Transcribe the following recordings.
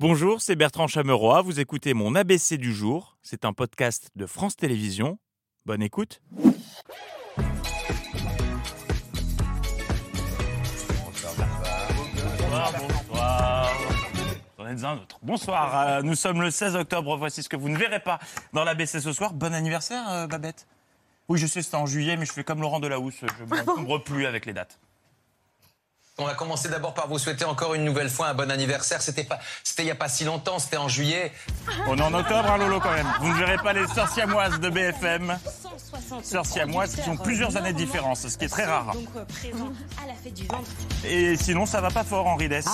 Bonjour, c'est Bertrand Chameroy, vous écoutez mon ABC du jour. C'est un podcast de France Télévisions. Bonne écoute. Bonsoir. J'en ai un autre. Bonsoir, nous sommes le 16 octobre, voici ce que vous ne verrez pas dans l'ABC ce soir. Bon anniversaire, Babette. Oui, je sais, c'était en juillet, mais je fais comme Laurent Delahousse, je ne m'encombre plus avec les dates. On va commencer d'abord par vous souhaiter encore une nouvelle fois un bon anniversaire. C'était il n'y a pas si longtemps, c'était en juillet. On est en octobre, hein, Lolo, quand même. Vous ne verrez pas les sœurs siamoises de BFM. Sœurs siamoises qui ont plusieurs années de différence, ce qui est très rare. Donc présent à la fête du ventre. Et sinon, ça va pas fort, Henri Dess.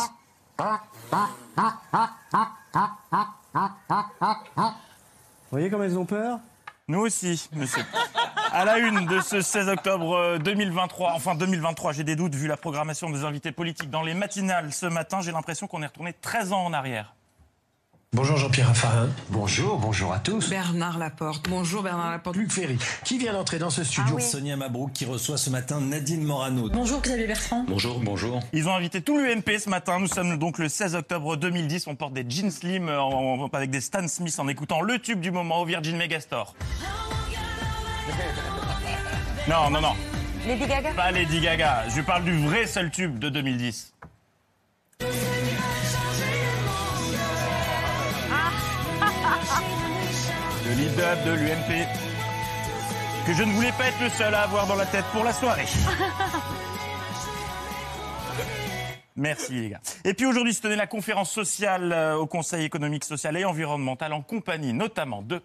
Vous voyez comme elles ont peur ? Nous aussi, monsieur. À la une de ce 16 octobre 2023, enfin 2023, j'ai des doutes vu la programmation des invités politiques dans les matinales ce matin, j'ai l'impression qu'on est retourné 13 ans en arrière. Bonjour Jean-Pierre Raffarin. Bonjour à tous. Bernard Laporte. Bonjour Bernard Laporte. Luc Ferry, qui vient d'entrer dans ce studio. Sonia Mabrouk qui reçoit ce matin Nadine Morano. Bonjour Xavier Bertrand. Bonjour. Ils ont invité tout l'UMP ce matin, nous sommes donc le 16 octobre 2010, on porte des jeans slim avec des Stan Smith en écoutant le tube du moment au Virgin Megastore. Non. Lady Gaga. Pas Lady Gaga, je parle du vrai seul tube de 2010. Le lead-up de l'UMP, que je ne voulais pas être le seul à avoir dans la tête pour la soirée. Merci les gars. Et puis aujourd'hui se tenait la conférence sociale au Conseil économique, social et environnemental en compagnie notamment de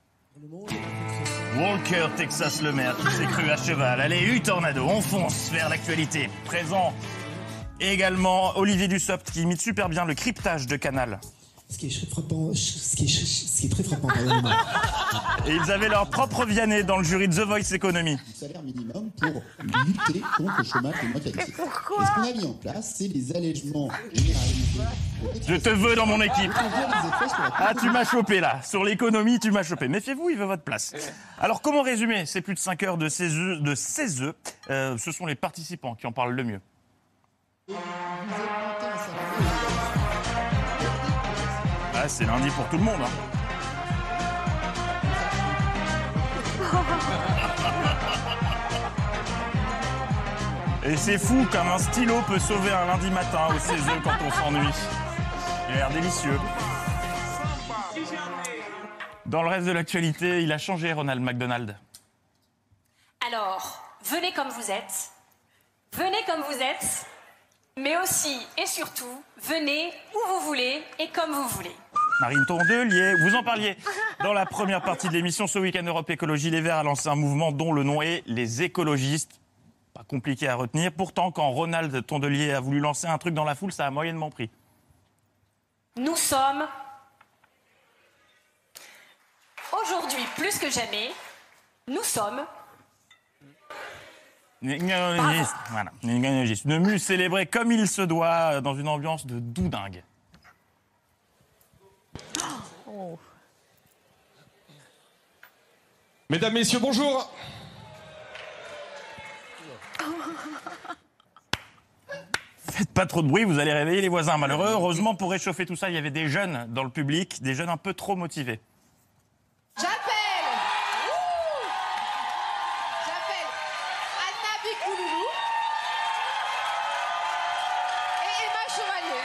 Walker Texas Lemaire qui s'est cru à cheval. Allez, tornado, on fonce vers l'actualité. Présent également Olivier Dussopt qui imite super bien le cryptage de Canal. Ce qui est très frappant, pardonnez-moi. Et ils avaient leur propre Vianney dans le jury de The Voice Economy. Le salaire minimum pour lutter contre le chômage de mois qualifié. Et ce qu'on a mis en place, c'est les allègements généralisés. Je te veux dans mon équipe. Ah, tu m'as chopé là. Sur l'économie, tu m'as chopé. Méfiez-vous, il veut votre place. Alors, comment résumer ces plus de 5 heures de CESE? Ce sont les participants qui en parlent le mieux. Ah, c'est lundi pour tout le monde. Hein. Et c'est fou comme un stylo peut sauver un lundi matin au CESE quand on s'ennuie. Il a l'air délicieux. Dans le reste de l'actualité, il a changé, Ronald McDonald. Alors, venez comme vous êtes. Venez comme vous êtes. Mais aussi et surtout, venez où vous voulez et comme vous voulez. Marine Tondelier, vous en parliez dans la première partie de l'émission. Ce week-end, Europe Écologie Les Verts a lancé un mouvement dont le nom est les écologistes. Pas compliqué à retenir. Pourtant, quand Ronald Tondelier a voulu lancer un truc dans la foule, ça a moyennement pris. Nous sommes, aujourd'hui plus que jamais, nous sommes... Voilà. Une mue célébrée comme il se doit dans une ambiance de doudingue. Mesdames, Messieurs, bonjour. Faites pas trop de bruit, vous allez réveiller les voisins malheureux. Heureusement, pour réchauffer tout ça, il y avait des jeunes dans le public, des jeunes un peu trop motivés. J'appelle Anna Bikouloulou et Emma Chevalier.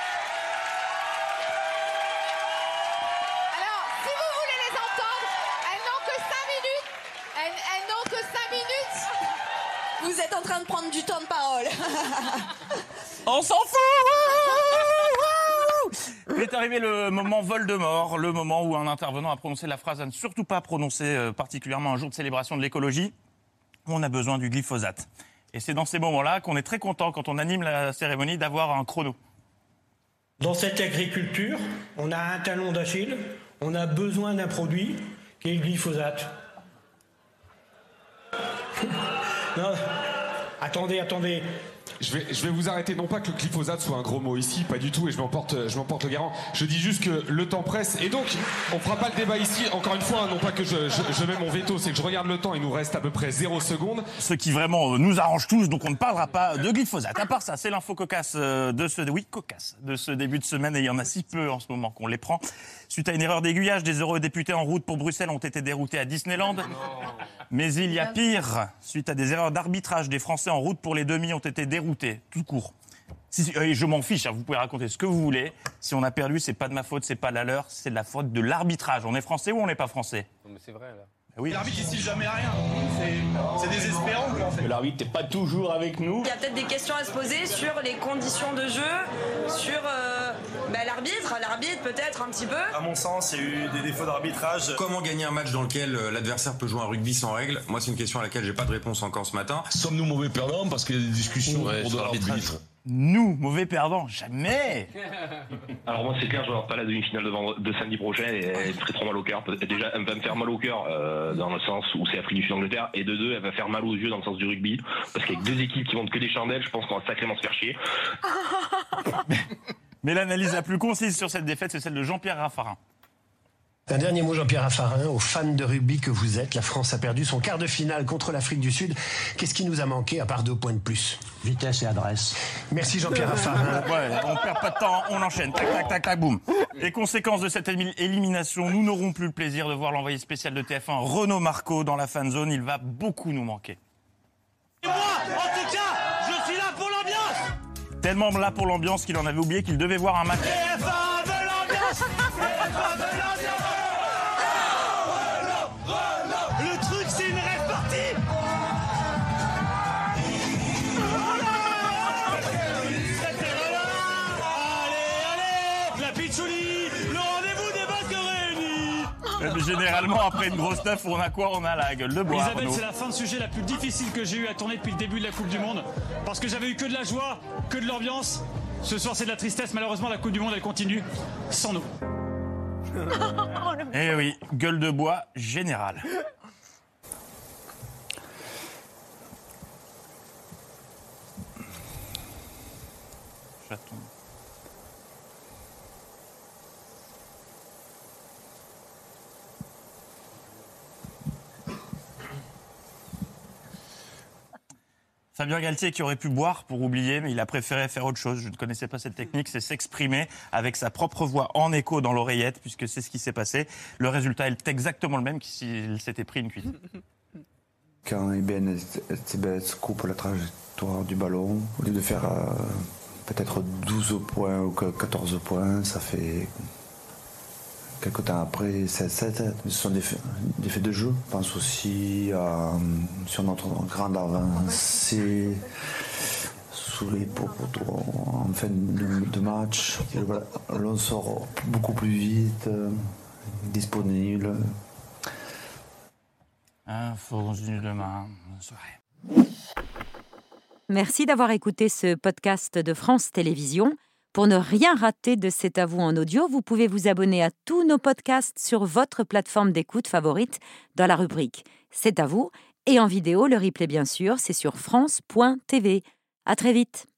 Alors, si vous voulez les entendre, elles n'ont que 5 minutes. Elles n'ont que 5 minutes. Vous êtes en train de prendre du temps de parole. On s'en fout. Il est arrivé le moment Voldemort, le moment où un intervenant a prononcé la phrase à ne surtout pas prononcer, particulièrement un jour de célébration de l'écologie. On a besoin du glyphosate. Et c'est dans ces moments-là qu'on est très content, quand on anime la cérémonie, d'avoir un chrono. Dans cette agriculture, on a un talon d'Achille, on a besoin d'un produit qui est le glyphosate. Non, attendez. Je vais vous arrêter, non pas que le glyphosate soit un gros mot ici, pas du tout, et je m'en porte le garant. Je dis juste que le temps presse, et donc on fera pas le débat ici. Encore une fois, non pas que je mets mon veto, c'est que je regarde le temps, il nous reste à peu près 0 secondes. Ce qui vraiment nous arrange tous, donc on ne parlera pas de glyphosate. À part ça, c'est l'info cocasse de ce début de semaine, et il y en a si peu en ce moment qu'on les prend. Suite à une erreur d'aiguillage, des eurodéputés en route pour Bruxelles ont été déroutés à Disneyland. Mais il y a pire. Suite à des erreurs d'arbitrage, des Français en route pour les demi ont été déroutés, tout court. Je m'en fiche, vous pouvez raconter ce que vous voulez. Si on a perdu, c'est pas de ma faute, c'est pas la leur, c'est de la faute de l'arbitrage. On est français ou on n'est pas français? Non mais c'est vrai là. Oui. L'arbitre il siffle jamais rien. C'est désespérant quoi en fait. L'arbitre n'est pas toujours avec nous. Il y a peut-être des questions à se poser sur les conditions de jeu, sur l'arbitre peut-être un petit peu. À mon sens, il y a eu des défauts d'arbitrage. Comment gagner un match dans lequel l'adversaire peut jouer un rugby sans règles? Moi, c'est une question à laquelle j'ai pas de réponse encore ce matin. Sommes-nous mauvais perdants parce qu'il y a des discussions pour de l'arbitrage? Nous, mauvais perdants, jamais. Alors moi c'est clair, je vais avoir pas la demi-finale de samedi prochain et elle me ferait trop mal au cœur. Déjà elle va me faire mal au cœur dans le sens où c'est Afrique du Sud-Angleterre, et de deux elle va faire mal aux yeux dans le sens du rugby, parce qu'avec deux équipes qui montent que des chandelles, je pense qu'on va sacrément se faire chier. Mais l'analyse la plus concise sur cette défaite, c'est celle de Jean-Pierre Raffarin. Un dernier mot, Jean-Pierre Raffarin, aux fans de rugby que vous êtes. La France a perdu son quart de finale contre l'Afrique du Sud. Qu'est-ce qui nous a manqué à part 2 points de plus? Vitesse et adresse. Merci Jean-Pierre Raffarin. Ouais, on perd pas de temps, on enchaîne. Tac, tac, tac, tac, boum. Les conséquences de cette élimination, nous n'aurons plus le plaisir de voir l'envoyé spécial de TF1, Renaud Marco, dans la fan zone. Il va beaucoup nous manquer. Et moi, en tout cas, je suis là pour l'ambiance. Tellement là pour l'ambiance qu'il en avait oublié qu'il devait voir un match. TF1 veut l'ambiance. TF1 veut l'ambiance. Le truc, c'est une rêve partie. Allez, la pitchouli, le rendez-vous des vainqueurs réunis. Généralement, après une grosse teuf, on a quoi? On a la gueule de bois. Isabelle, c'est la fin de sujet la plus difficile que j'ai eu à tourner depuis le début de la Coupe du Monde. Parce que j'avais eu que de la joie, que de l'ambiance. Ce soir, c'est de la tristesse. Malheureusement, la Coupe du Monde, elle continue sans nous. Eh oui, gueule de bois générale. Chaton. Fabien Galtier qui aurait pu boire pour oublier, mais il a préféré faire autre chose. Je ne connaissais pas cette technique, c'est s'exprimer avec sa propre voix en écho dans l'oreillette, puisque c'est ce qui s'est passé. Le résultat est exactement le même que s'il s'était pris une cuite. Quand Eben coupe la trajectoire du ballon, au lieu de faire peut-être 12 points ou 14 points, ça fait quelques temps après 7-7. Ce sont des faits de jeu. Je pense aussi sur notre grande avancée sous les poteaux en fin de match. L'on sort beaucoup plus vite, disponible. Info demain soirée. Merci d'avoir écouté ce podcast de France Télévisions. Pour ne rien rater de C'est à vous en audio, vous pouvez vous abonner à tous nos podcasts sur votre plateforme d'écoute favorite dans la rubrique C'est à vous. Et en vidéo, le replay bien sûr, c'est sur France.tv. À très vite.